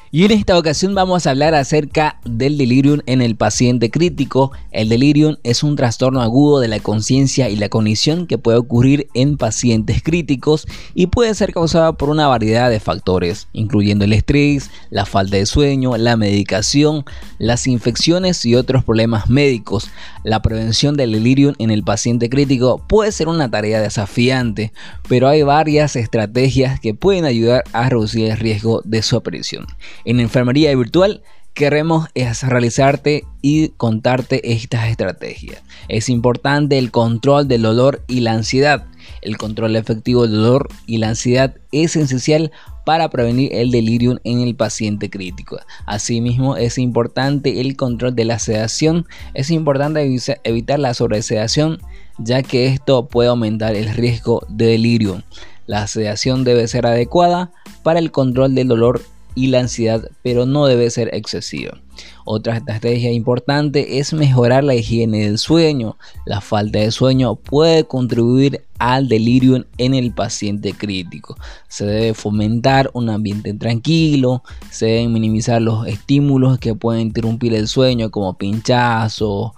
Y en esta ocasión vamos a hablar acerca del delirium en el paciente crítico. El delirium es un trastorno agudo de la conciencia y la cognición que puede ocurrir en pacientes críticos y puede ser causado por una variedad de factores, incluyendo el estrés, la falta de sueño, la medicación, las infecciones y otros problemas médicos. La prevención del delirium en el paciente crítico puede ser una tarea desafiante, pero hay varias estrategias que pueden ayudar a reducir el riesgo de su aparición. En Enfermería Virtual queremos realizarte y contarte estas estrategias. Es importante el control del dolor y la ansiedad. El control efectivo del dolor y la ansiedad es esencial para prevenir el delirium en el paciente crítico. Asimismo, es importante el control de la sedación. Es importante evitar la sobresedación, ya que esto puede aumentar el riesgo de delirium. La sedación debe ser adecuada para el control del dolor y la ansiedad, pero no debe ser excesiva. Otra estrategia importante es mejorar la higiene del sueño. La falta de sueño puede contribuir al delirium en el paciente crítico. Se debe fomentar un ambiente tranquilo, se deben minimizar los estímulos que pueden interrumpir el sueño, como pinchazos,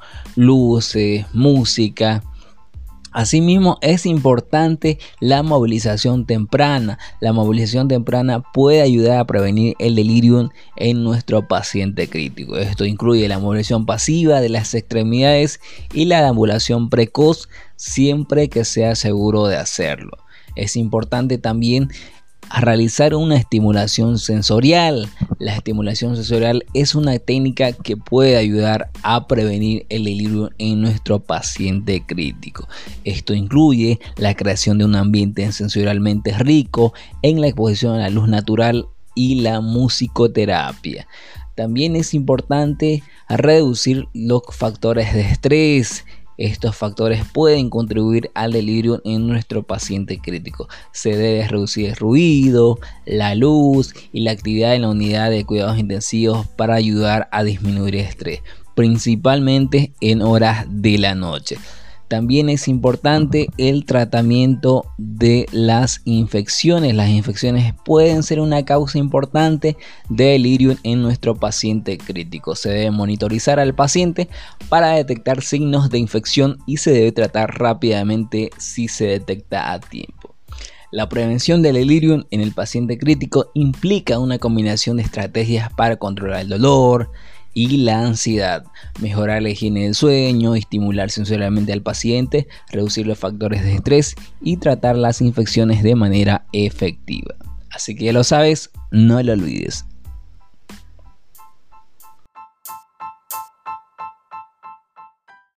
luces, música. Asimismo, es importante la movilización temprana. La movilización temprana puede ayudar a prevenir el delirium en nuestro paciente crítico. Esto incluye la movilización pasiva de las extremidades y la deambulación precoz, siempre que sea seguro de hacerlo. Es importante también realizar una estimulación sensorial. La estimulación sensorial es una técnica que puede ayudar a prevenir el delirium en nuestro paciente crítico. Esto incluye la creación de un ambiente sensorialmente rico en la exposición a la luz natural y la musicoterapia. También es importante reducir los factores de estrés. Estos factores pueden contribuir al delirium en nuestro paciente crítico. Se debe reducir el ruido, la luz y la actividad en la unidad de cuidados intensivos para ayudar a disminuir el estrés, principalmente en horas de la noche. También es importante el tratamiento de las infecciones. Las infecciones pueden ser una causa importante de delirium en nuestro paciente crítico. Se debe monitorizar al paciente para detectar signos de infección y se debe tratar rápidamente si se detecta a tiempo. La prevención del delirium en el paciente crítico implica una combinación de estrategias para controlar el dolor y la ansiedad, mejorar la higiene del sueño, estimular sensorialmente al paciente, reducir los factores de estrés y tratar las infecciones de manera efectiva. Así que ya lo sabes, no lo olvides.